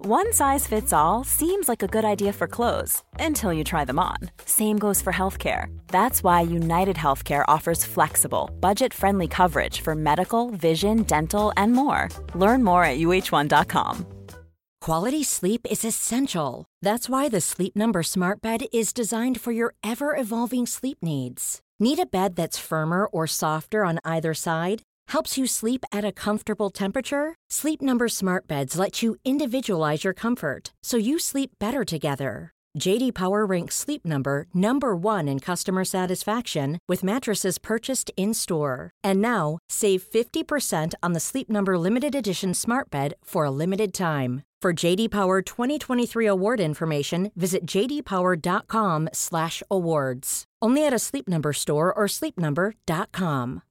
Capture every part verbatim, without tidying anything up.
One size fits all seems like a good idea for clothes until you try them on. Same goes for healthcare. That's why United Healthcare offers flexible, budget-friendly coverage for medical, vision, dental, and more. Learn more at U H one dot com. Quality sleep is essential. That's why the Sleep Number Smart Bed is designed for your ever-evolving sleep needs. Need a bed that's firmer or softer on either side? Helps you sleep at a comfortable temperature? Sleep Number Smart Beds let you individualize your comfort so you sleep better together. J D Power ranks Sleep Number number one in customer satisfaction with mattresses purchased in-store. And now, save fifty percent on the Sleep Number Limited Edition Smart Bed for a limited time. For J D Power twenty twenty-three award information, visit j d power dot com slash awards. Only at a Sleep Number store or sleep number dot com.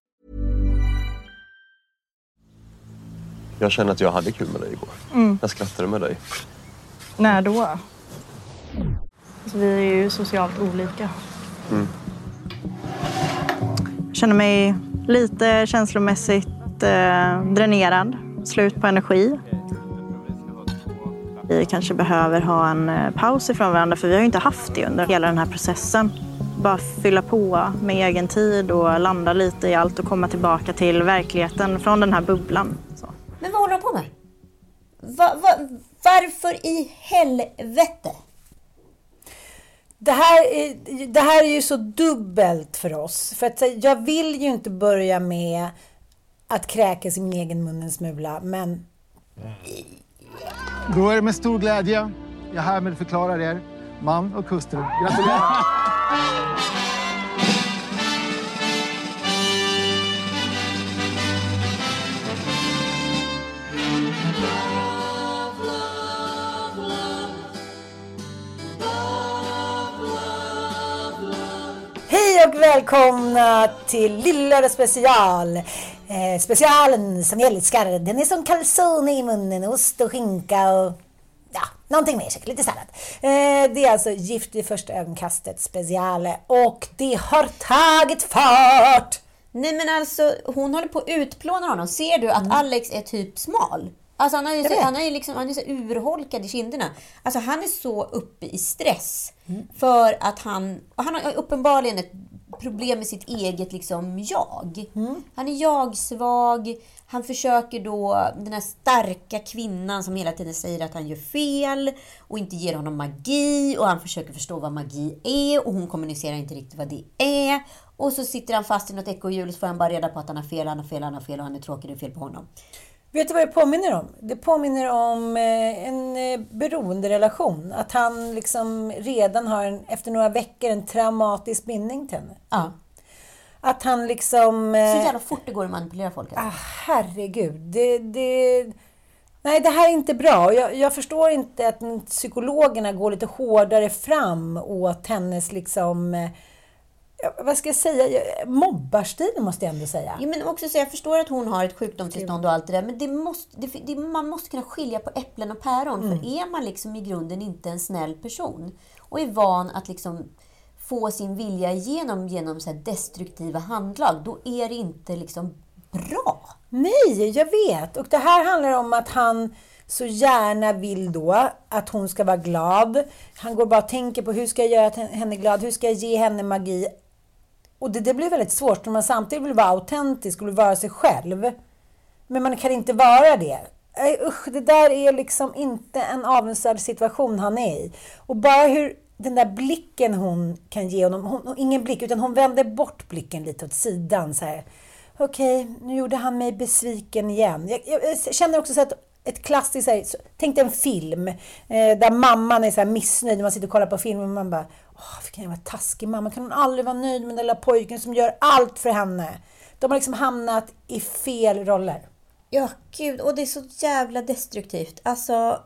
Jag känner att jag hade kul med dig igår. Mm. Jag skrattade med dig. När då? Alltså, vi är ju socialt olika. Mm. Jag känner mig lite känslomässigt eh, dränerad. Slut på energi. Vi kanske behöver ha en eh, paus ifrån varandra, för vi har ju inte haft det under hela den här processen. Bara fylla på med egen tid och landa lite i allt och komma tillbaka till verkligheten från den här bubblan. Så. Men vad håller de på med? Va, va, varför i helvete? Det här, är, det här är ju så dubbelt för oss. För att jag vill ju inte börja med att kräkas i min egen mun en smula, men... Då är det med stor glädje jag härmed förklarar er man och hustru. Gratulerar! Hej och välkomna till Lillare special. Eh, specialen som jag älskar, den är som calzone i munnen, ost och skinka och ja, någonting mer, säkert lite sallad. Eh, det är alltså Gift vid första ögonkastet speciale och det har tagit fart. Nej men alltså, hon håller på att utplåna honom. Ser du att mm. Alex är typ smal? Alltså han är ju så, han är liksom, han är så urholkad i kinderna. Alltså han är så uppe i stress. Mm. För att han, han har uppenbarligen ett problem med sitt eget liksom jag. Mm. Han är jag-svag. Han försöker då, den här starka kvinnan som hela tiden säger att han gör fel och inte ger honom magi, och han försöker förstå vad magi är och hon kommunicerar inte riktigt vad det är, och så sitter han fast i något ekorrhjul, så får han bara reda på att han har fel, han har fel, han har fel och han är tråkig, det är fel på honom. Vet du vad det påminner om? Det påminner om en beroenderelation. Att han liksom redan har en, efter några veckor en traumatisk bindning till henne. Ja. Att han liksom... Så jävla fort det går att manipulera folk. Ah, herregud. Det, det, nej, det här är inte bra. Jag, jag förstår inte att psykologerna går lite hårdare fram åt hennes liksom... Vad ska jag säga? Mobbarstilen måste jag ändå säga. Ja, men också så jag förstår att hon har ett sjukdomstillstånd och allt det där. Men det måste, det, det, man måste kunna skilja på äpplen och päron. Mm. För är man liksom i grunden inte en snäll person och är van att liksom få sin vilja igenom genom så här destruktiva handlag, då är det inte liksom bra. Nej, jag vet. Och det här handlar om att han så gärna vill då att hon ska vara glad. Han går bara och tänker på hur ska jag göra henne glad, hur ska jag ge henne magi. Och det, det blir väldigt svårt när man samtidigt vill vara autentisk och vill vara sig själv. Men man kan inte vara det. Äh, usch, det där är liksom inte en avundsvärd situation han är i. Och bara hur den där blicken hon kan ge honom, hon, ingen blick utan hon vänder bort blicken lite åt sidan så här. Okej, okay, nu gjorde han mig besviken igen. Jag, jag, jag känner också så att ett klassiskt, så här, tänk dig en film eh, där mamman är så här missnöjd när man sitter och kollar på filmen och man bara, åh, vilken jävla taskig mamma, kan hon aldrig vara nöjd med den lilla pojken som gör allt för henne. De har liksom hamnat i fel roller. Ja, gud, och det är så jävla destruktivt. Alltså,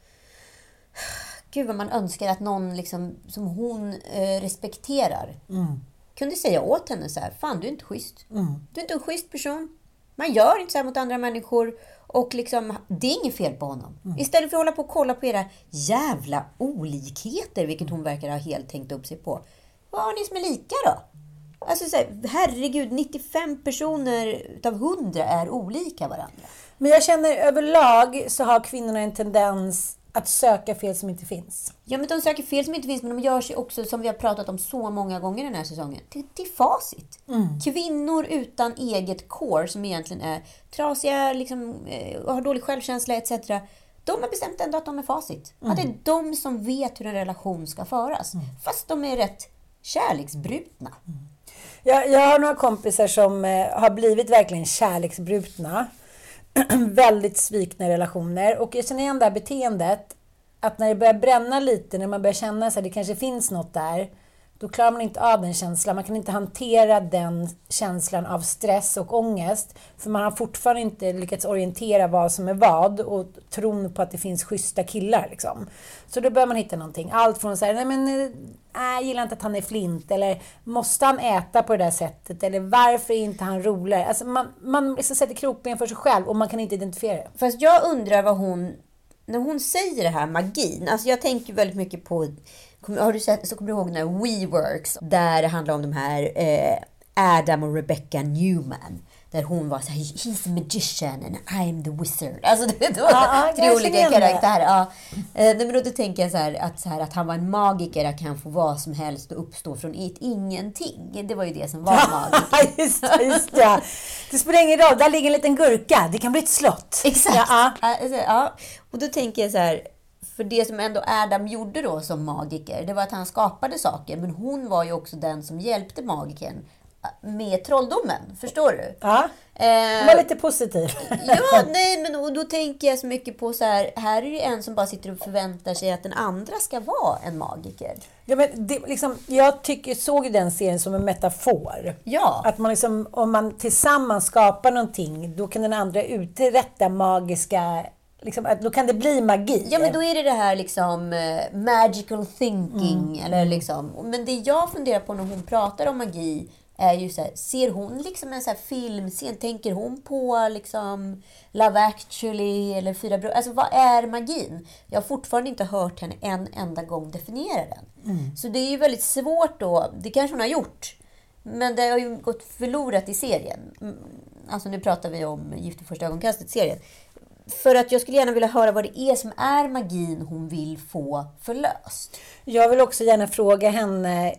gud vad man önskar att någon liksom, som hon eh, respekterar mm. kunde säga åt henne så här, fan du är inte schysst. Mm. Du är inte en schysst person. Man gör inte så här mot andra människor. Och liksom, det är inget fel på honom. Mm. Istället för att hålla på och kolla på era jävla olikheter, vilket hon verkar ha helt tänkt upp sig på. Vad har ni som är lika då? Alltså så här, herregud, nittiofem personer utav hundra är olika varandra. Men jag känner överlag så har kvinnorna en tendens att söka fel som inte finns. Ja, men de söker fel som inte finns, men de gör sig också, som vi har pratat om så många gånger den här säsongen, till, till facit. Mm. Kvinnor utan eget core, som egentligen är trasiga, liksom, eh, har dålig självkänsla et cetera. De har bestämt ändå att de är facit. Mm. Att det är de som vet hur en relation ska föras. Mm. Fast de är rätt kärleksbrutna. Mm. Jag, jag har några kompisar som eh, har blivit verkligen kärleksbrutna. Väldigt svikna relationer. Och jag känner igen det här beteendet. Att när det börjar bränna lite, när man börjar känna att det kanske finns något där, då klarar man inte av den känslan. Man kan inte hantera den känslan av stress och ångest. För man har fortfarande inte lyckats orientera vad som är vad. Och tron på att det finns schyssta killar. Liksom. Så då börjar man hitta någonting. Allt från så här, nej men nej, jag gillar inte att han är flint. Eller måste han äta på det där sättet? Eller varför är inte han roligare? Alltså man, man liksom sätter krokben för sig själv och man kan inte identifiera det. Fast jag undrar vad hon, när hon säger det här magin. Alltså jag tänker väldigt mycket på... Har du sett, så kommer du ihåg när WeWorks, där det handlar om de här eh, Adam och Rebecca Newman, där hon var så här, he's a magician and I am the wizard. Alltså det, det var ja, tre olika karaktärer. Ja. Eh, men då, då tänker jag så här att, så här att han var en magiker, att kan få vad som helst och uppstå från ett ingenting. Det var ju det som var magiker. just, just ja. Det spelar ingen roll, där ligger en liten gurka. Det kan bli ett slott. Exakt. Ja, alltså, ja. Och då tänker jag så här, för det som ändå Adam gjorde då som magiker, det var att han skapade saker. Men hon var ju också den som hjälpte magikern med trolldomen. Förstår du? Ja, hon var lite positiv. Ja, nej, men och då tänker jag så mycket på så här, här är det en som bara sitter och förväntar sig att den andra ska vara en magiker. Ja, men det, liksom, jag tycker, såg den serien som en metafor. Ja. Att man liksom, om man tillsammans skapar någonting, då kan den andra uträtta magiska... Liksom, att då kan det bli magi. Ja, men då är det det här liksom uh, magical thinking. Mm. Eller liksom. Men det jag funderar på när hon pratar om magi är ju så här, ser hon liksom en så här filmscen? Tänker hon på liksom Love Actually eller Fyra bröder? Alltså vad är magin? Jag har fortfarande inte hört henne en enda gång definiera den. Mm. Så det är ju väldigt svårt då. Det kanske hon har gjort. Men det har ju gått förlorat i serien. Alltså nu pratar vi om Gift i första ögonkastet-serien. För att jag skulle gärna vilja höra vad det är som är magin hon vill få förlöst. Jag vill också gärna fråga henne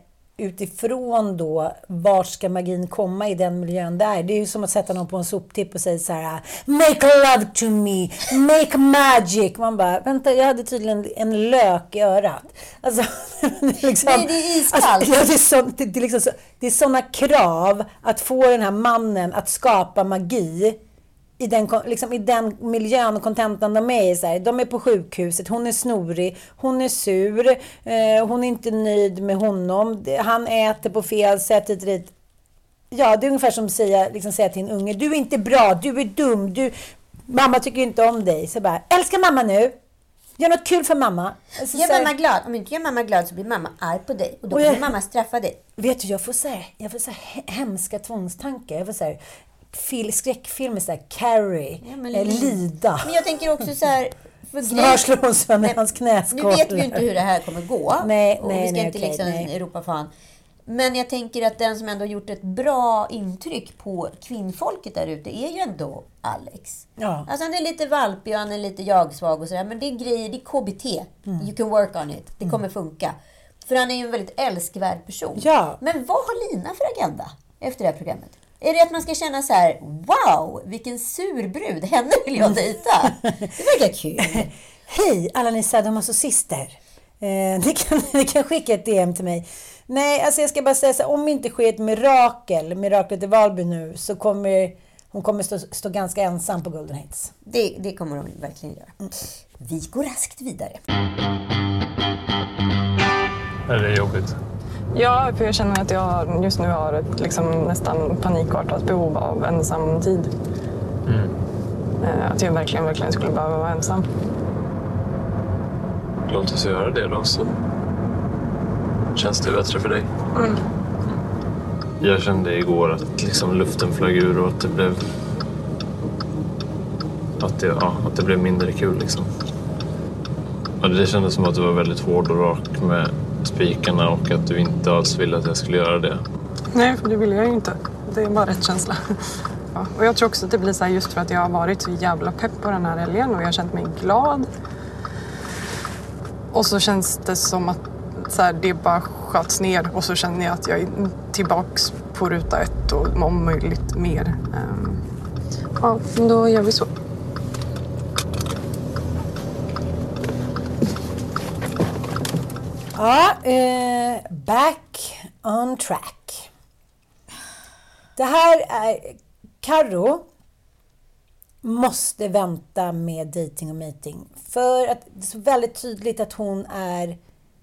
utifrån då, var ska magin komma i den miljön där? Det är ju som att sätta någon på en soptipp och säga så här: make love to me, make magic. Man bara, vänta, jag hade tydligen en lök i örat. Alltså, liksom, nej, det är iskallt. Alltså, ja, det, är så, det, det, är liksom så, det är såna krav att få den här mannen att skapa magi i den, liksom, i den miljön och kontentan de är i. Så här. De är på sjukhuset, hon är snorig, hon är sur, eh, hon är inte nöjd med honom, han äter på fel sätt. Dit. Ja, det är ungefär som att säga, liksom, säga till en unge, du är inte bra, du är dum, du, mamma tycker inte om dig. Så bara, älskar mamma nu, gör något kul för mamma. Alltså, gör mamma glad, om inte gör mamma glad så blir mamma arg på dig och då och jag, kommer mamma straffa dig. Vet du, jag får säga, jag får säga hemska tvångstankar, jag får säga Fil, skräckfilmer såhär, Carrie, ja, men, Lida. Men jag tänker också så här, snart slår hon sönder hans knäskål. Nu vet vi ju inte hur det här kommer gå. Nej, och nej, vi ska nej, inte okay, liksom nej. ropa fan. Men jag tänker att den som ändå gjort ett bra intryck på kvinnfolket där ute är ju ändå Alex. Ja. Alltså han är lite valpig och han är lite jagsvag och sådär. Men det är grejer, det är K B T. Mm. You can work on it. Det kommer funka. För han är ju en väldigt älskvärd person. Ja. Men vad har Lina för agenda efter det här programmet? Är det att man ska känna så här: wow, vilken surbrud, henne vill jag dejta. Det verkar kul. Hej alla ni sadomasochister. Eh, ni, kan, ni kan skicka ett D M till mig. Nej, alltså jag ska bara säga så här, om det inte sker ett mirakel, miraklet i Valby nu, så kommer hon kommer stå, stå ganska ensam på Golden Hits. Det, det kommer hon verkligen göra. Mm. Vi går raskt vidare. Är det jobbigt? Ja, för jag känner att jag just nu har ett liksom nästan panikartat behov av ensam tid. Mm. Att jag verkligen, verkligen skulle behöva vara ensam. Låt oss göra det då, så känns det bättre för dig. Mm. Jag kände igår att liksom luften flög ur och att det blev att det, ja, att det blev mindre kul liksom. Ja, det kändes som att du var väldigt hård och rak med spikarna och att du inte alls ville att jag skulle göra det. Nej, för det vill jag ju inte. Det är bara rätt känsla. Ja, och jag tror också att det blir så här just för att jag har varit så jävla pepp på den här helgen och jag har känt mig glad. Och så känns det som att så här, det bara sköts ner och så känner jag att jag är tillbaks på ruta ett och om möjligt mer. Um, ja, då gör vi så. Ja, eh, back on track. Det här är... Karo måste vänta med dating och meeting. För att det är så väldigt tydligt att hon är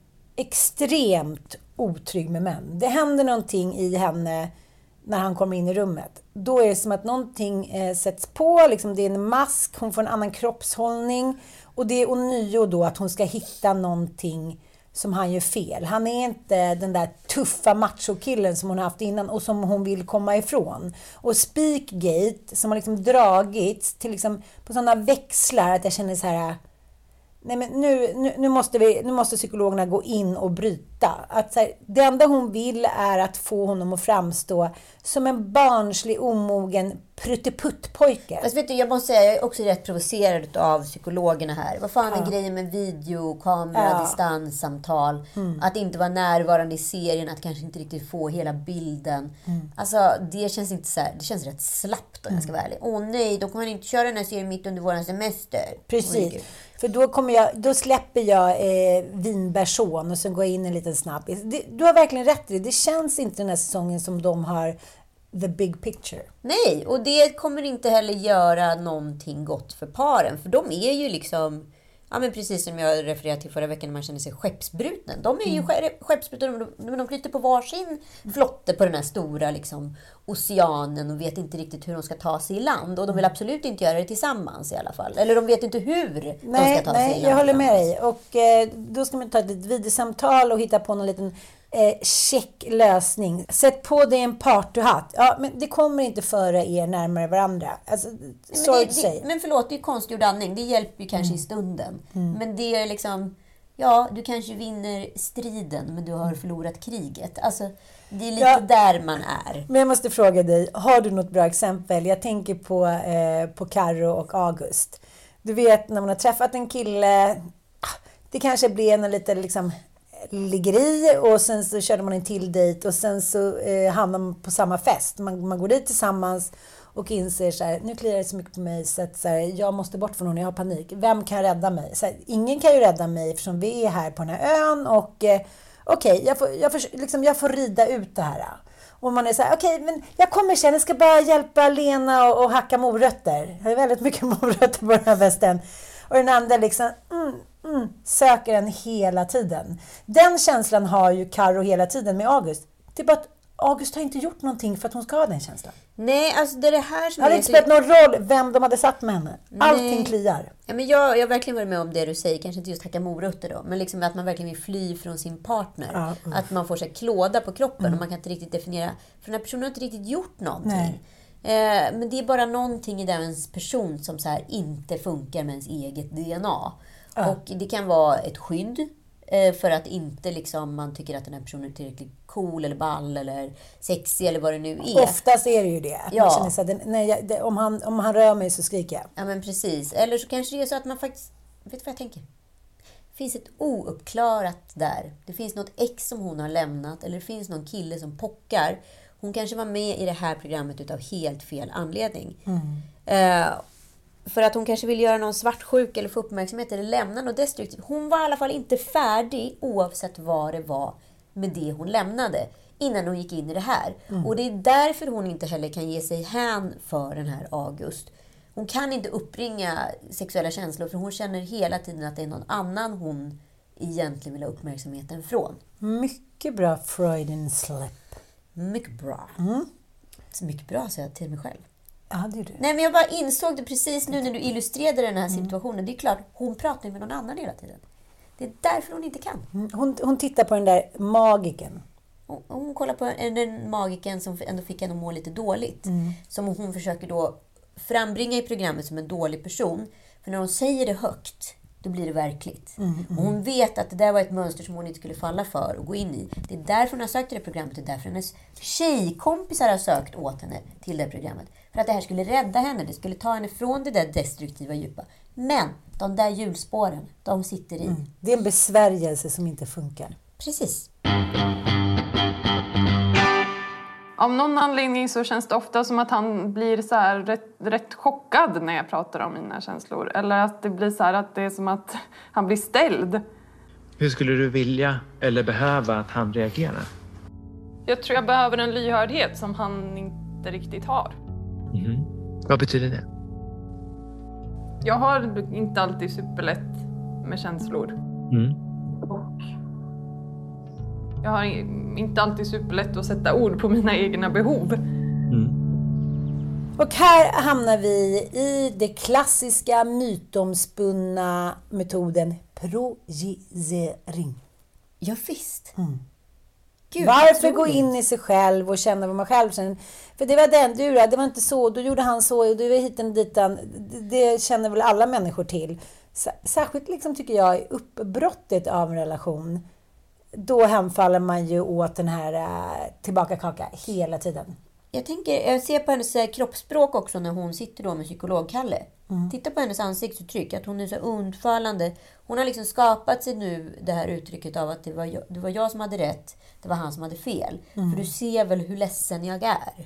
extremt otrygg med män. Det händer någonting i henne när han kommer in i rummet. Då är det som att någonting eh, sätts på. Liksom det är en mask, hon får en annan kroppshållning. Och det är ånyo då att hon ska hitta någonting som han gör fel. Han är inte den där tuffa machokillen som hon har haft innan och som hon vill komma ifrån. Och Speakgate som har liksom dragits till liksom på sådana växlar att jag känner så här: nej men nu, nu, nu, måste vi, nu måste psykologerna gå in och bryta. Att så här, det enda hon vill är att få honom att framstå som en barnslig, omogen prutteputtpojke. Alltså vet du, jag måste säga, jag är också rätt provocerad av psykologerna här. Vad fan är ja. grejen med videokamera, ja. distanssamtal? Mm. Att inte vara närvarande i serien, att kanske inte riktigt få hela bilden. Mm. Alltså det känns inte så här, det känns rätt slappt om mm. jag ska vara ärlig. Åh nej, då kommer man inte köra den här serien mitt under våran semester. Precis. För då, kommer jag, då släpper jag eh, vinbärson och så går jag in en liten snabbis. Det, du har verkligen rätt i det. Det känns inte den här säsongen som de har the big picture. Nej, och det kommer inte heller göra någonting gott för paren. För de är ju liksom, ja men precis som jag refererade till förra veckan när man känner sig skeppsbrutna. De är ju mm. skeppsbrutna, de, de flyter på varsin flotte på den här stora liksom, oceanen och vet inte riktigt hur de ska ta sig i land. Och de vill absolut inte göra det tillsammans i alla fall. Eller de vet inte hur nej, de ska ta nej, sig i land. Jag håller med dig. Och eh, då ska man ta ett videosamtal och hitta på någon liten eh, check lösning. Sätt på dig en partyhatt. Ja, men det kommer inte föra er närmare varandra. Alltså, men, det, det, men förlåt, det är konstgjord andning. Det hjälper ju kanske mm. i stunden. Mm. Men det är liksom, ja, du kanske vinner striden men du har förlorat kriget. Alltså, det är lite ja, där man är. Men jag måste fråga dig, har du något bra exempel? Jag tänker på, eh, på Karo och August. Du vet, när man har träffat en kille, det kanske blir en lite liksom liggeri och sen så körde man en till dejt och sen så eh, hamnar man på samma fest. Man, man går dit tillsammans och inser så här, nu kliar det så mycket på mig så att så här, jag måste bort från honom, jag har panik. Vem kan rädda mig? Så här, ingen kan ju rädda mig eftersom vi är här på den här ön och eh, okej, okay, jag, får, jag, får, liksom, jag får rida ut det här. Och man är så här, okej, okay, men jag kommer sen, jag ska bara hjälpa Lena och, och hacka morötter. Jag har väldigt mycket morötter på den här västen. Och den andra liksom, mm, mm, söker den hela tiden. Den känslan har ju Karo hela tiden med August. Det är bara att August har inte gjort någonting för att hon ska ha den känslan. Nej, alltså det är det här som... Det hade inte spelat någon roll vem de hade satt med henne. Allting Nej. kliar. Ja, men jag, jag har verkligen varit med om det du säger. Kanske inte just hacka morötter då. Men liksom att man verkligen vill fly från sin partner. Ja, uh. Att man får sig klåda på kroppen. Mm. Och man kan inte riktigt definiera... För den här personen har inte riktigt gjort någonting. Eh, men det är bara någonting i den person som så här inte funkar med ens eget D N A. Uh. Och det kan vara ett skydd. För att inte liksom man tycker att den här personen är tillräckligt cool eller ball eller sexig eller vad det nu är. Oftast är det ju det. Ja. Man så här, nej, jag, det, om, han, om han rör mig så skriker jag. Ja men precis. Eller så kanske det är så att man faktiskt, vet du vad jag tänker? Det finns ett ouppklarat där. Det finns något ex som hon har lämnat eller det finns någon kille som pockar. Hon kanske var med i det här programmet utav helt fel anledning. Mm. Uh, För att hon kanske vill göra någon svartsjuk eller få uppmärksamhet eller lämna något destruktivt. Hon var i alla fall inte färdig oavsett vad det var med det hon lämnade innan hon gick in i det här. Mm. Och det är därför hon inte heller kan ge sig hän för den här August. Hon kan inte uppringa sexuella känslor för hon känner hela tiden att det är någon annan hon egentligen vill ha uppmärksamheten från. Mycket bra Freudian slip. Mycket bra. Mm. Så mycket bra så jag till mig själv. Ja, det är det. Nej, men jag bara insåg det precis nu när du illustrerade den här situationen. Mm. Det är klart, hon pratar med någon annan hela tiden. Det är därför hon inte kan. Mm. Hon, hon tittar på den där magiken. Hon, hon kollar på den magiken som ändå fick henne att må lite dåligt. Mm. Som hon försöker då frambringa i programmet som en dålig person. För när hon säger det högt, då blir det verkligt. Mm, mm. Och hon vet att det där var ett mönster som hon inte skulle falla för och gå in i. Det är därför hon har sökt till det programmet. Det är därför hennes tjejkompisar har sökt åt henne till det programmet. För att det här skulle rädda henne. Det skulle ta henne från det där destruktiva djupa. Men De där hjulspåren, de sitter i. Mm. Det är en besvärjelse som inte funkar. Precis. Av någon anledning så känns det ofta som att han blir så här rätt, rätt chockad när jag pratar om mina känslor. Eller att det blir så här att det är som att han blir ställd. Hur skulle du vilja eller behöva att han reagerar? Jag tror jag behöver en lyhördhet som han inte riktigt har. Mm. Vad betyder det? Jag har inte alltid superlätt med känslor. Mm. Och jag har inte alltid superlätt att sätta ord på mina egna behov. Mm. Och här hamnar vi i det klassiska mytomspunna metoden projicering. Ja, visst. Mm. Gud, varför gå in i sig själv och känna vad man själv känner? För det var den du, det var inte så, då gjorde han så, och du var hit och dit. Det känner väl alla människor till. Särskilt liksom tycker jag i uppbrottet av en relation. Då hemfaller man ju åt den här äh, tillbaka-kaka hela tiden. Jag tänker, jag ser på hennes kroppsspråk också när hon sitter då med psykolog-Kalle. Mm. Titta på hennes ansiktsuttryck, att hon är så undfallande. Hon har liksom skapat sig nu det här uttrycket av att det var jag, det var jag som hade rätt, det var han som hade fel. Mm. För du ser väl hur ledsen jag är.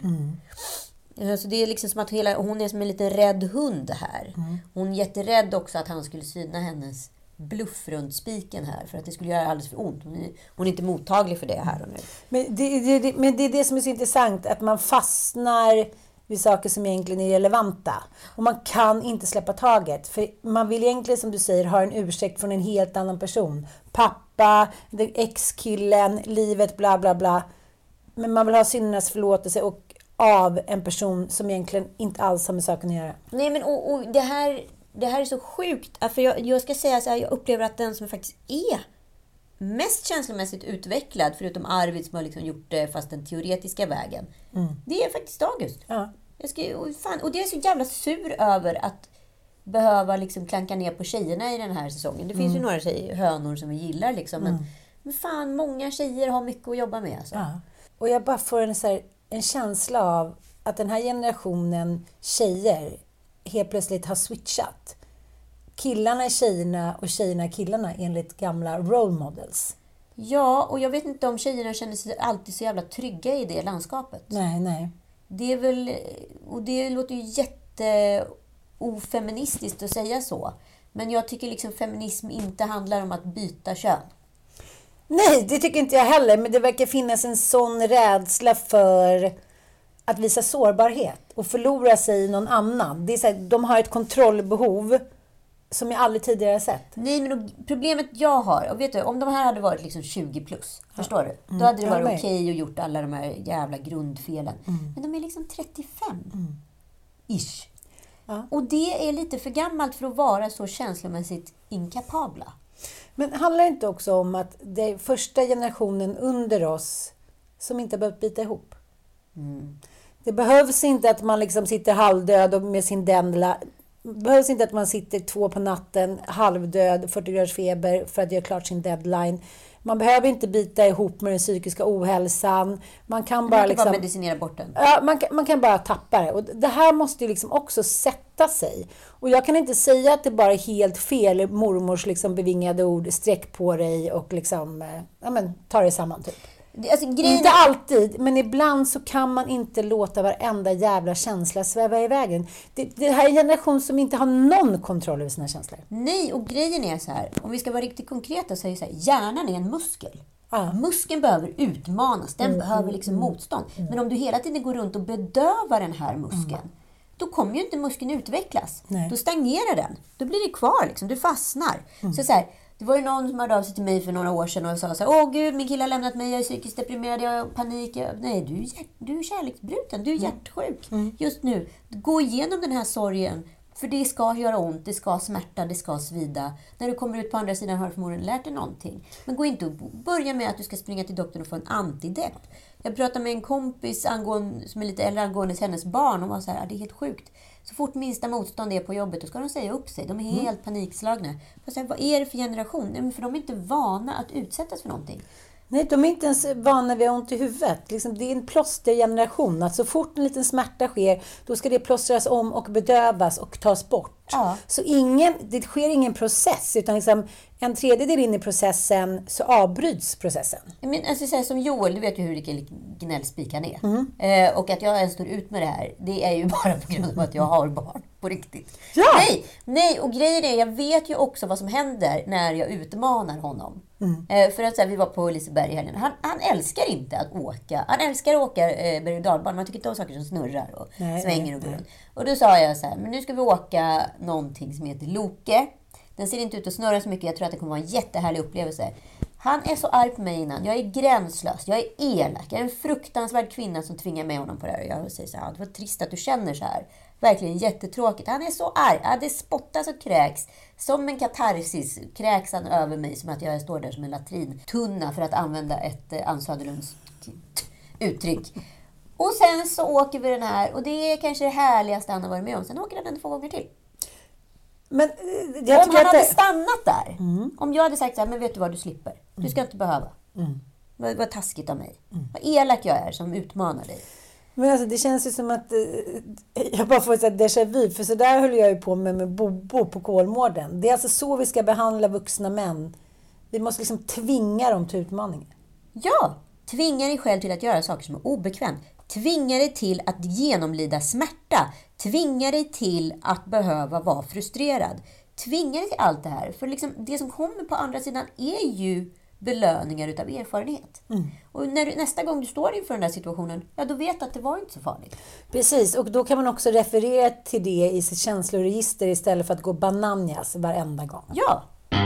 Mm. Så det är liksom som att hela, hon är som en liten rädd hund här. Mm. Hon är jätterädd också att han skulle syna hennes bluff runt spiken här, för att det skulle göra alldeles för ont. Hon är, hon är inte mottaglig för det här och nu. Men det, det, det, men det är det som är så intressant, att man fastnar vid saker som egentligen är relevanta. Och man kan inte släppa taget. För man vill egentligen, som du säger, ha en ursäkt från en helt annan person. Pappa, ex-killen, livet, bla bla bla. Men man vill ha syndernas förlåtelse och av en person som egentligen inte alls har med saken att göra. Nej, men och, och det här... Det här är så sjukt. För jag, jag ska säga så här, jag upplever att den som faktiskt är mest känslomässigt utvecklad, förutom Arvid som har liksom gjort det fast den teoretiska vägen, mm. det är faktiskt August. Ja. Jag ska, och, fan, och det är så jävla sur över att behöva liksom klanka ner på tjejerna i den här säsongen. Det finns mm. ju några tjejer, hönor som vi gillar liksom, men, mm. men fan, många tjejer har mycket att jobba med. Alltså. Ja. Och jag bara får en, så här, en känsla av att den här generationen tjejer helt plötsligt har switchat. Killarna är tjejerna och tjejerna är killarna enligt gamla role models. Ja, och jag vet inte om tjejerna känner sig alltid så jävla trygga i det landskapet. Nej, nej. Det är väl, och det låter ju jätte ofeministiskt att säga så. Men jag tycker liksom feminism inte handlar om att byta kön. Nej, det tycker inte jag heller. Men det verkar finnas en sån rädsla för att visa sårbarhet och förlora sig i någon annan. Det är så här, de har ett kontrollbehov som jag aldrig tidigare har sett. Nej, men problemet jag har, och vet du, om de här hade varit liksom tjugo plus, ja. Förstår du? Mm. Då hade det varit okej okay och gjort alla de här jävla grundfelen. Mm. Men de är liksom trettiofem. Mm. Ish. Ja. Och det är lite för gammalt för att vara så känslomässigt inkapabla. Men handlar det inte också om att det är första generationen under oss som inte har behövt bita ihop? Mm. Det behövs inte att man liksom sitter halvdöd och med sin dendla. Det behövs inte att man sitter två på natten halvdöd, fyrtio graders feber för att göra klart sin deadline. Man behöver inte bita ihop med den psykiska ohälsan. Man kan bara, man kan liksom, bara medicinera bort den. Ja, man kan, man kan bara tappa det. Och det här måste ju liksom också sätta sig. Och jag kan inte säga att det bara är helt fel. Mormors liksom bevingade ord, sträck på dig och liksom, ja men, ta det samman typ. Alltså, grejen... Inte alltid, men ibland så kan man inte låta varenda jävla känsla sväva i vägen. Det, det här är en generation som inte har någon kontroll över sina känslor. Nej, och grejen är så här, om vi ska vara riktigt konkreta så är det så här, hjärnan är en muskel. Ah. Muskeln behöver utmanas, den mm, behöver liksom mm, motstånd. Mm. Men om du hela tiden går runt och bedövar den här muskeln, mm. då kommer ju inte muskeln utvecklas. Nej. Då stagnerar den. Då blir det kvar, liksom. Du fastnar. Mm. Så så här, det var ju någon som hörde av sig till mig för några år sedan och sa så här: åh gud, min kille har lämnat mig, jag är psykiskt deprimerad, jag har panik. Jag... Nej, du är, hjärt... du är kärleksbruten, du är hjärtsjuk mm. just nu. Gå igenom den här sorgen, för det ska göra ont, det ska smärta, det ska svida. När du kommer ut på andra sidan har du förmodligen lärt dig någonting. Men gå inte och börja med att du ska springa till doktorn och få en antidepp. Jag pratade med en kompis angående, som är lite äldre angående hennes barn och var så här: det är helt sjukt. Så fort minsta motstånd är på jobbet, då ska de säga upp sig. De är helt mm. panikslagna. Så här, vad är det för generation? Nej, men för de är inte vana att utsättas för någonting. Nej, de är inte ens vana vid ont i huvudet. Liksom, det är en plåstergeneration. Att så fort en liten smärta sker, då ska det plåstras om och bedövas och tas bort. Ja. Så ingen, det sker ingen process, utan liksom en tredjedel in i processen så avbryts processen. Men alltså, så här, som Joel, du vet ju hur vilken gnällspik han är. Mm. Eh, och att jag ens står ut med det här, det är ju bara på grund av att jag har barn på riktigt. Ja. Nej, nej, och grejen är, jag vet ju också vad som händer när jag utmanar honom. Mm. Eh, för att så här, vi var på Liseberg i helgen. Han, han älskar inte att åka. Han älskar att åka eh, berg- och dalbana. Man tycker inte om saker som snurrar och nej, svänger och nej, går. nej. Och då sa jag så här, men nu ska vi åka någonting som heter Loke. Den ser inte ut att snurra så mycket. Jag tror att det kommer vara en jättehärlig upplevelse. Han är så arg på mig innan. Jag är gränslös. Jag är elak. Jag är en fruktansvärd kvinna som tvingar med honom på det här. Jag säger så här, det var trist att du känner så här. Verkligen jättetråkigt. Han är så arg. Ja, det spottas och kräks. Som en katarsis kräks han över mig. Som att jag står där som en latrintunna, för att använda ett eh, Ann Söderlunds uttryck. Och sen så åker vi den här. Och det är kanske det härligaste han har varit med om. Sen åker den två gånger till. Men, jag om han hade det... stannat där. Mm. Om jag hade sagt så här, men vet du vad, du slipper. Du ska inte behöva. Mm. Vad, vad taskigt av mig. Mm. Vad elak jag är som utmanar dig. Men alltså det känns ju som att eh, jag bara får ett déjà vu. För så där höll jag ju på med, med Bobo på Kolmården. Det är alltså så vi ska behandla vuxna män. Vi måste liksom tvinga dem till utmaningar. Ja, tvinga dig själv till att göra saker som är obekvämt. Tvinga dig till att genomlida smärta. Tvinga dig till att behöva vara frustrerad. Tvinga dig till allt det här. För liksom, det som kommer på andra sidan är ju belöningar utav erfarenhet. Mm. Och när du, nästa gång du står inför den här situationen, ja, då vet du att det var inte så farligt. Precis, och då kan man också referera till det i sitt känsloregister istället för att gå bananjas varenda gång. Ja.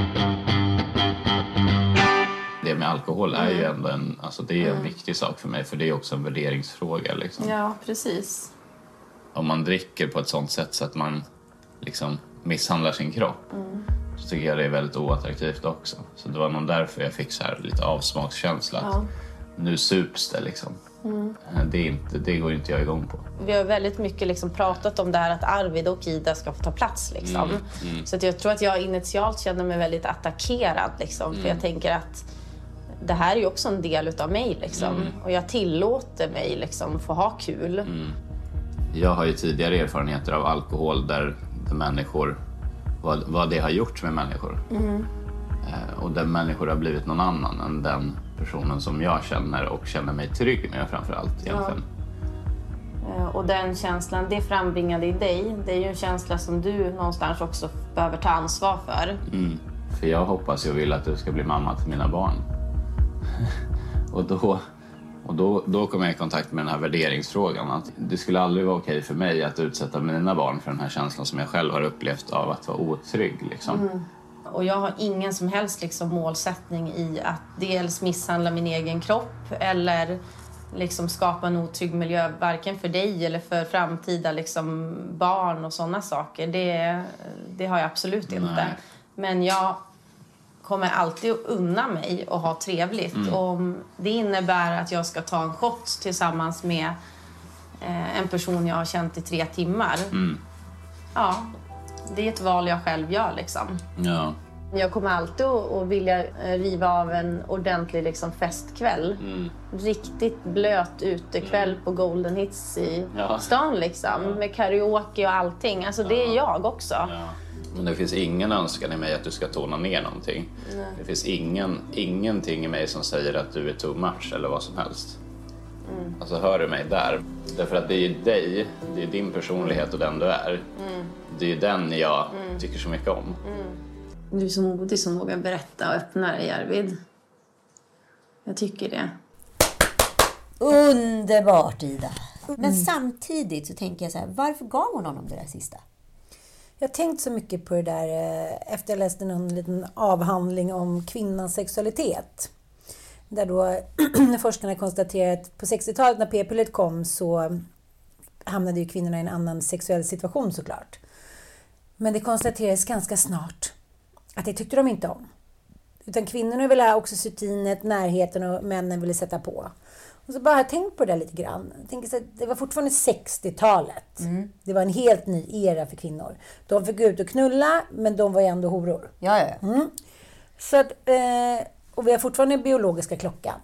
Det med alkohol är ju ändå en, alltså det är en mm. viktig sak för mig, för det är också en värderingsfråga. Liksom. Ja, precis. Om man dricker på ett sånt sätt så att man liksom misshandlar sin kropp, mm. så tycker jag det är väldigt oattraktivt också. Så det var nog därför jag fick så här lite avsmakskänsla. Ja. Nu sups det liksom. Mm. Det, är inte, det går inte jag igång på. Vi har väldigt mycket liksom pratat om det här att Arvid och Ida ska få ta plats. Liksom. Mm. Mm. Så att jag tror att jag initialt känner mig väldigt attackerad. Liksom, mm. För jag tänker att det här är ju också en del utav mig. Liksom. Mm. Och jag tillåter mig liksom, få ha kul. Mm. Jag har ju tidigare erfarenheter av alkohol där människor, vad, vad det har gjort med människor. Mm. Eh, och där människor har blivit någon annan än den personen som jag känner och känner mig trygg med framförallt egentligen. Ja. Och den känslan, det frambringade i dig, det är ju en känsla som du någonstans också behöver ta ansvar för. Mm. För jag hoppas och vill att du ska bli mamma till mina barn. och då, och då, då kom jag i kontakt med den här värderingsfrågan. Att det skulle aldrig vara okej för mig att utsätta mina barn för den här känslan som jag själv har upplevt av att vara otrygg. Liksom. Mm. Och jag har ingen som helst liksom, målsättning i att dels misshandla min egen kropp eller liksom, skapa en otrygg miljö varken för dig eller för framtida liksom, barn och sådana saker. Det, det har jag absolut inte. Nej. Men jag kommer alltid att unna mig och ha trevligt. Mm. Om det innebär att jag ska ta en shot tillsammans med eh, en person jag har känt i tre timmar. Mm. Ja, det är ett val jag själv gör liksom. Ja. Jag kommer alltid att vilja riva av en ordentlig liksom, festkväll. Mm. Riktigt blöt utekväll mm. på Golden Hits i ja. stan liksom. Ja. Med karaoke och allting. Alltså det är jag också. Ja. Men det finns ingen önskan i mig att du ska tona ner någonting. Nej. Det finns ingen, ingenting i mig som säger att du är too much eller vad som helst. Mm. Alltså hör du mig där? Därför att det är dig, det är din personlighet och den du är. Mm. Det är den jag mm. tycker så mycket om. Mm. Du är så modig som vågar berätta och öppna dig, Arvid. Jag tycker det. Underbart, Ida. Men mm. samtidigt så tänker jag så här, varför gav hon honom det där sista? Jag har tänkt så mycket på det där efter jag läste någon liten avhandling om kvinnans sexualitet. Där då forskarna konstaterar att på sextiotalet när p-pillret kom så hamnade ju kvinnorna i en annan sexuell situation såklart. Men det konstaterades ganska snart att det tyckte de inte om. Utan kvinnorna ville ha oxytocinet, närheten och männen ville sätta på. Och så bara har jag tänkt på det lite grann. Jag tänker så att det var fortfarande sextiotalet. Mm. Det var en helt ny era för kvinnor. De fick gå ut och knulla, men de var ju ändå horor. Ja, ja. Mm. Så att, eh, och vi har fortfarande biologiska klockan.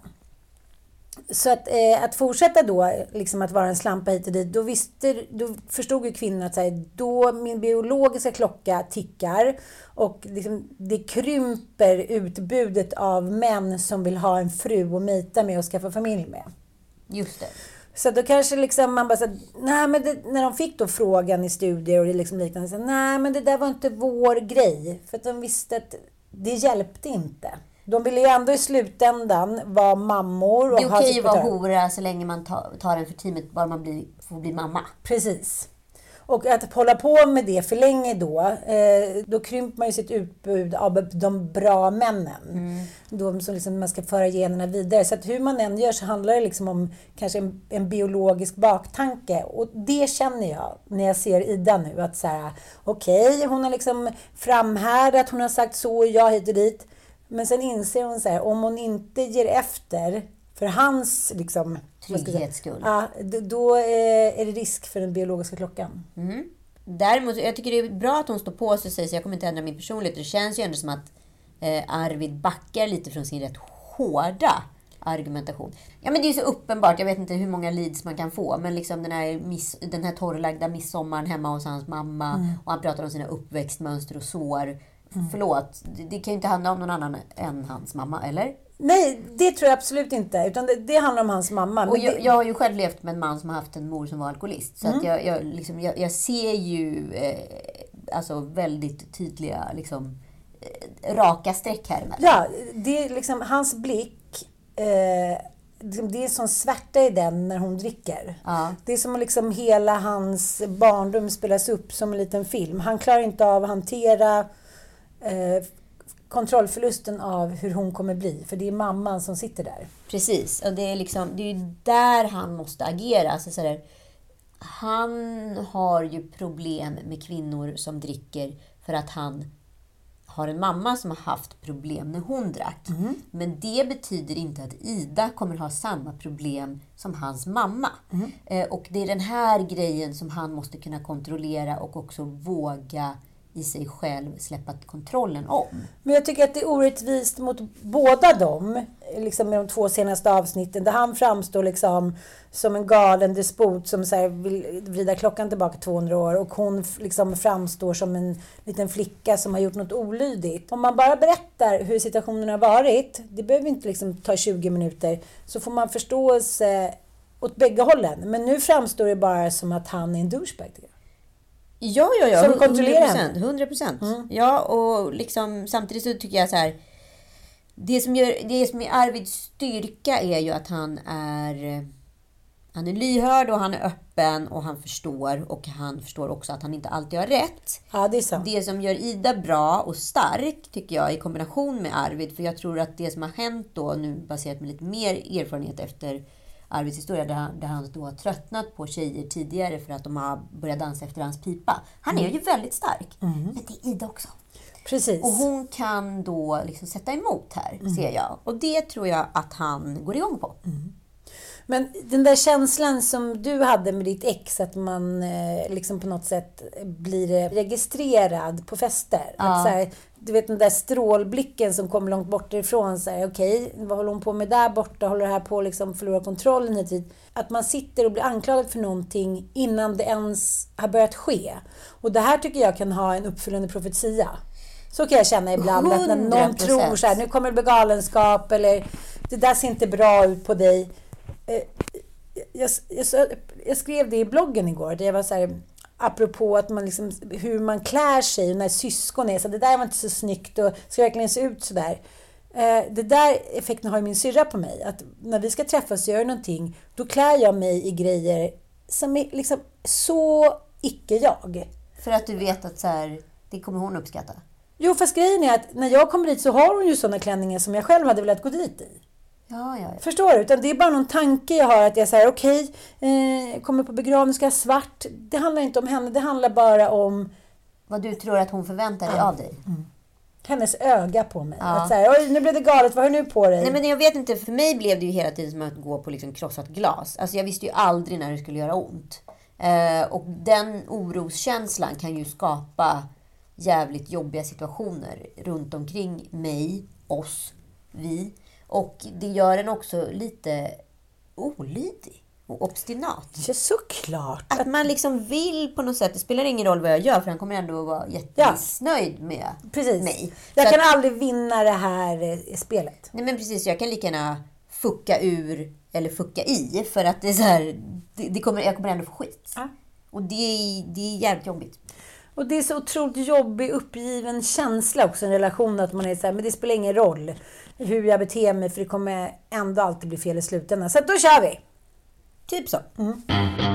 Så att, eh, att fortsätta då liksom att vara en slampa hit och dit, då, visste, då förstod ju kvinnan att så här, då min biologiska klocka tickar och liksom, det krymper utbudet av män som vill ha en fru och mita med och skaffa familj med. Just det. Så då kanske liksom man bara så, nej men det, när de fick då frågan i studier och det liksom liknande, så, nej men det där var inte vår grej. För att de visste att det hjälpte inte. De ville ju ändå i slutändan vara mammor. Och det är okej att vara hora så länge man tar, tar den för teamet, bara man blir, får bli mamma. Precis. Och att hålla på med det för länge då, eh, då krymper man ju sitt utbud av de bra männen. Mm. De som liksom man ska föra generna vidare. Så att hur man än gör så handlar det liksom om kanske en, en biologisk baktanke. Och det känner jag när jag ser Ida nu. Att så här, okej, okay, hon har liksom framhärdat, hon har sagt så, jag hit och dit. Men sen inser hon så här, om hon inte ger efter för hans liksom, trygghetsskull. Ja, då är det risk för den biologiska klockan. Mm. Däremot, jag tycker det är bra att hon står på sig och säger så jag kommer inte ändra min personlighet. Det känns ju ändå som att eh, Arvid backar lite från sin rätt hårda argumentation. Ja, men det är så uppenbart, jag vet inte hur många leads man kan få, men liksom den här, miss, den här torrlagda midsommaren hemma hos hans mamma mm. och han pratar om sina uppväxtmönster och sår. Mm. Förlåt, det, det kan ju inte handla om någon annan än hans mamma, eller? Nej, det tror jag absolut inte. Utan det, det handlar om hans mamma. Och men jag, det... jag har ju själv levt med en man som har haft en mor som var alkoholist. Så mm. att jag, jag, liksom, jag, jag ser ju eh, alltså väldigt tydliga liksom, eh, raka streck här emellan. Ja, det är liksom hans blick... Eh, det är som svärta i den när hon dricker. Ja. Det är som liksom hela hans barndom spelas upp som en liten film. Han klarar inte av att hantera... Eh, kontrollförlusten av hur hon kommer bli. För det är mamman som sitter där. Precis. Och det är liksom det är ju där han måste agera. Alltså så där, han har ju problem med kvinnor som dricker för att han har en mamma som har haft problem när hon drack. Mm. Men det betyder inte att Ida kommer ha samma problem som hans mamma. Mm. Eh, och det är den här grejen som han måste kunna kontrollera och också våga i sig själv släppa kontrollen om. Men jag tycker att det är orättvist mot båda dem, liksom med de två senaste avsnitten, där han framstår liksom som en galen despot som så här vill vrida klockan tillbaka tvåhundra år och hon liksom framstår som en liten flicka som har gjort något olydigt. Om man bara berättar hur situationen har varit, det behöver inte liksom ta tjugo minuter, så får man förståelse åt bägge hållen. Men nu framstår det bara som att han är en douchebag. Ja, ja, ja. Som kontrollerar hundra procent. Mm. Ja, och liksom, samtidigt så tycker jag så här, det som, gör, det som är Arvids styrka är ju att han är han är lyhörd och han är öppen och han förstår, och han förstår också att han inte alltid har rätt. Ja, det är sant. Det som gör Ida bra och stark tycker jag i kombination med Arvid, för jag tror att det som har hänt då, nu baserat med lite mer erfarenhet efter Arvids historia, där han, där han då har tröttnat på tjejer tidigare för att de har börjat dansa efter hans pipa. Han är mm. ju väldigt stark. Mm. Men det är Ida också. Precis. Och hon kan då liksom sätta emot här, mm. ser jag. Och det tror jag att han går igång på. Mm. Men den där känslan som du hade med ditt ex, att man eh, liksom på något sätt blir registrerad på fester. Ja. Att så här, du vet den där strålblicken som kommer långt bort ifrån, så här, okej, okay, vad håller hon på med där borta? Håller det här på att liksom förlora kontrollen hit tid? Att man sitter och blir anklagad för någonting innan det ens har börjat ske. Och det här tycker jag kan ha en uppfyllande profetia. Så kan jag känna ibland, att när någon tror så här, nu kommer det bli galenskap, eller det där ser inte bra ut på dig. Jag, jag, jag skrev det i bloggen igår. Det var så här, apropå att man liksom, hur man klär sig när syskon är så det där var inte så snyggt och ska verkligen se ut så där. Det där effekten har ju min syrra på mig, att när vi ska träffas och göra någonting, då klär jag mig i grejer som är liksom så icke jag. För att du vet att så här, det kommer hon uppskatta. Jo, fast grejen är att när jag kommer dit så har hon ju sådana klänningar som jag själv hade velat gå dit i. Ja, ja, ja. Förstår du? Utan det är bara någon tanke jag har, att jag säger okej, okay, eh, kommer på begravning, ska jag svart. Det handlar inte om henne, det handlar bara om vad du tror att hon förväntar dig ja. av dig. Mm. Hennes öga på mig. Ja. Att säga, oj, nu blev det galet, vad har du nu på dig? Nej, men jag vet inte, för mig blev det ju hela tiden som att gå på liksom krossat glas. Alltså jag visste ju aldrig när det skulle göra ont. Eh, och den oroskänslan kan ju skapa jävligt jobbiga situationer runt omkring mig, oss vi. Och det gör en också lite olydig och obstinat. Ja, såklart. Att man liksom vill på något sätt, det spelar ingen roll vad jag gör för han kommer ändå att vara jättemissnöjd ja. med precis. mig. Jag så kan att, aldrig vinna det här eh, spelet. Nej men precis, jag kan lika gärna fucka ur eller fucka i för att det är så här, det, det kommer, jag kommer ändå få skit. Ja. Och det är, det är jävligt jobbigt. Och det är så otroligt jobbig, uppgiven känsla också i en relation att man är så här, men det spelar ingen roll hur jag beter mig för det kommer ändå alltid bli fel i slutändan. Så då kör vi! Typ så. Mm.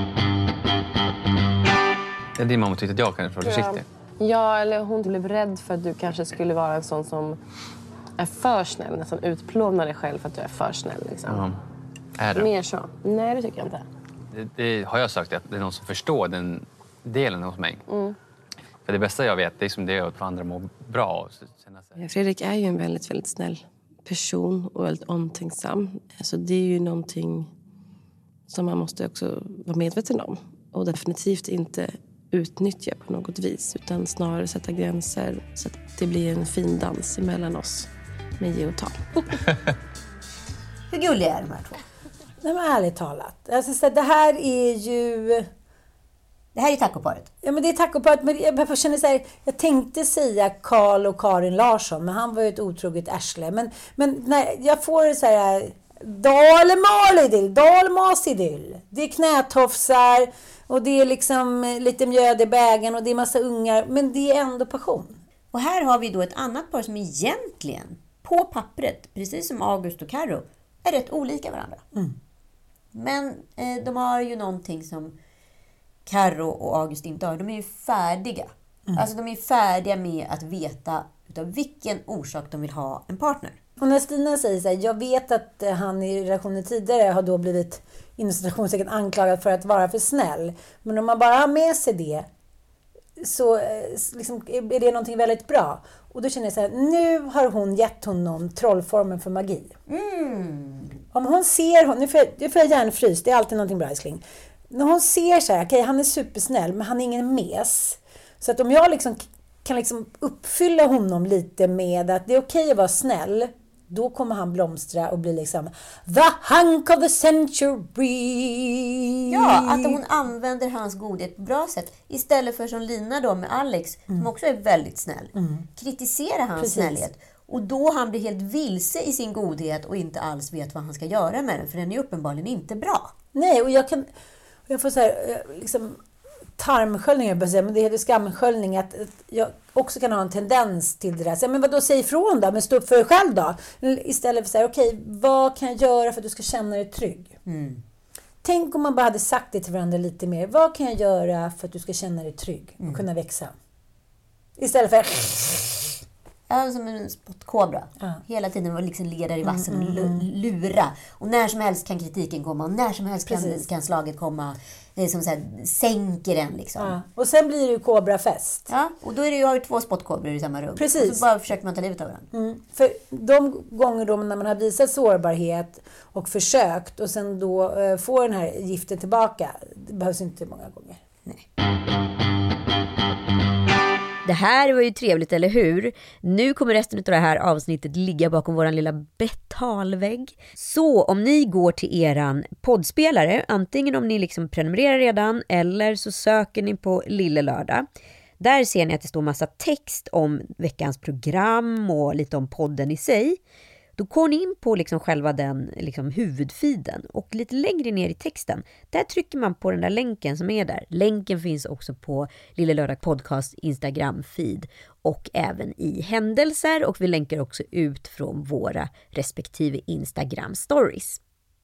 Ja, din mamma tyckte att jag kanske var försiktig. Ja, eller hon blev rädd för att du kanske skulle vara en sån som är för snäll. Nästan utplånar dig själv för att du är för snäll. Liksom. Mm. Är det? Mer så. Nej, det tycker jag inte. Det, det har jag sagt, att det är någon som förstår den delen hos mig. Mm. För det bästa jag vet det är som det är att få andra må bra. Ja, Fredrik är ju en väldigt, väldigt snäll person och väldigt omtänksam. Alltså, det är ju någonting som man måste också vara medveten om. Och definitivt inte utnyttja på något vis. Utan snarare sätta gränser så att det blir en fin dans mellan oss med ge och ta. Hur gulliga är de här två? Nej, men ärligt talat. Alltså, det här är ju... Det här är tacoparet. Ja, men det är tacoparet. Men jag känner så här, jag tänkte säga Carl och Karin Larsson, men han var ju ett otroget ärsle. Men, men när jag får så här... Dalmalidyll, dalmasidyll. Det är knätofsar och det är liksom lite mjöd i bägen och det är massa ungar. Men det är ändå passion. Och här har vi då ett annat par som egentligen, på pappret, precis som August och Karo, är rätt olika varandra. Mm. Men eh, de har ju någonting som Karo och August inte har. De är ju färdiga. Mm. Alltså de är färdiga med att veta utav vilken orsak de vill ha en partner. Och när Stina säger så här, jag vet att han i relationen tidigare har då blivit inom citationssäkert anklagad för att vara för snäll. Men om man bara har med sig det så liksom, är det någonting väldigt bra. Och då känner jag så här, nu har hon gett honom trollformen för magi. Mm. Om hon ser, nu får jag, nu får jag hjärnfrys, det är alltid någonting bra älskling. När hon ser så här, okej okay, han är supersnäll men han är ingen mes. Så att om jag liksom kan liksom uppfylla honom lite med att det är okej okay att vara snäll, då kommer han blomstra och bli liksom the hunk of the century. Ja, att hon använder hans godhet på bra sätt. Istället för som Lina då med Alex, mm. som också är väldigt snäll. Mm. Kritisera hans Precis. snällhet. Och då han blir helt vilse i sin godhet och inte alls vet vad han ska göra med den. För den är uppenbarligen inte bra. Nej, och jag kan... Jag får så här, liksom... tarmsköljning, jag säga, men det heter skamsköljning, att jag också kan ha en tendens till det där. Så, men vad då, säg ifrån då, men stå upp för dig själv då. Istället för så här, okej, okay, vad kan jag göra för att du ska känna dig trygg? Mm. Tänk om man bara hade sagt det till varandra lite mer. Vad kan jag göra för att du ska känna dig trygg och mm. kunna växa? Istället för... Ja, som en spottkobra. Ja. Hela tiden var liksom leder i vassen och mm, mm, lura. Och när som helst kan kritiken komma. Och när som helst kan, kan slaget komma. Det är som så här, sänker den liksom. Ja. Och sen blir det ju kobrafest. Ja, och då är det ju, har vi två spottkobror i samma rum. Precis. Och så bara försöker man ta livet av varandra. Mm. För de gånger då när man har visat sårbarhet och försökt och sen då eh, får den här giften tillbaka. Det behövs inte många gånger. Nej. Det här var ju trevligt, eller hur? Nu kommer resten av det här avsnittet ligga bakom våran lilla betalvägg. Så om ni går till eran poddspelare, antingen om ni liksom prenumererar redan eller så söker ni på Lille Lördag. Där ser ni att det står massa text om veckans program och lite om podden i sig. Då går ni in på liksom själva den liksom huvudfiden och lite längre ner i texten, där trycker man på den där länken som är där. Länken finns också på Lille Lördag Podcast Instagram-feed och även i händelser, och vi länkar också ut från våra respektive Instagram-stories.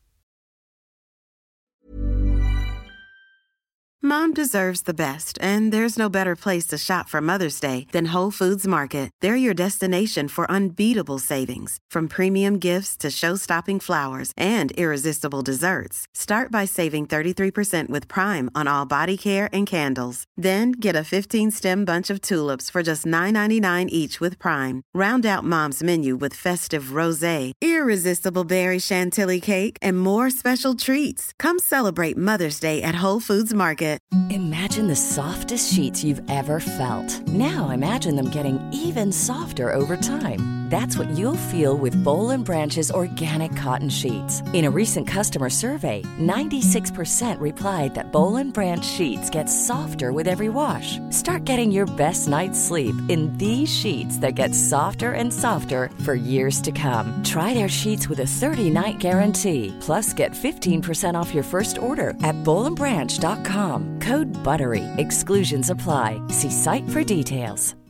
Mom deserves the best, and there's no better place to shop for Mother's Day than Whole Foods Market. They're your destination for unbeatable savings, from premium gifts to show-stopping flowers and irresistible desserts. Start by saving thirty-three percent with Prime on all body care and candles. Then get a fifteen-stem bunch of tulips for just nine ninety-nine each with Prime. Round out Mom's menu with festive rosé, irresistible berry chantilly cake, and more special treats. Come celebrate Mother's Day at Whole Foods Market. Imagine the softest sheets you've ever felt. Now imagine them getting even softer over time. That's what you'll feel with Bowl and Branch's organic cotton sheets. In a recent customer survey, ninety-six percent replied that Bowl and Branch sheets get softer with every wash. Start getting your best night's sleep in these sheets that get softer and softer for years to come. Try their sheets with a thirty-night guarantee. Plus, get fifteen percent off your first order at bowl and branch dot com. Code BUTTERY. Exclusions apply. See site for details.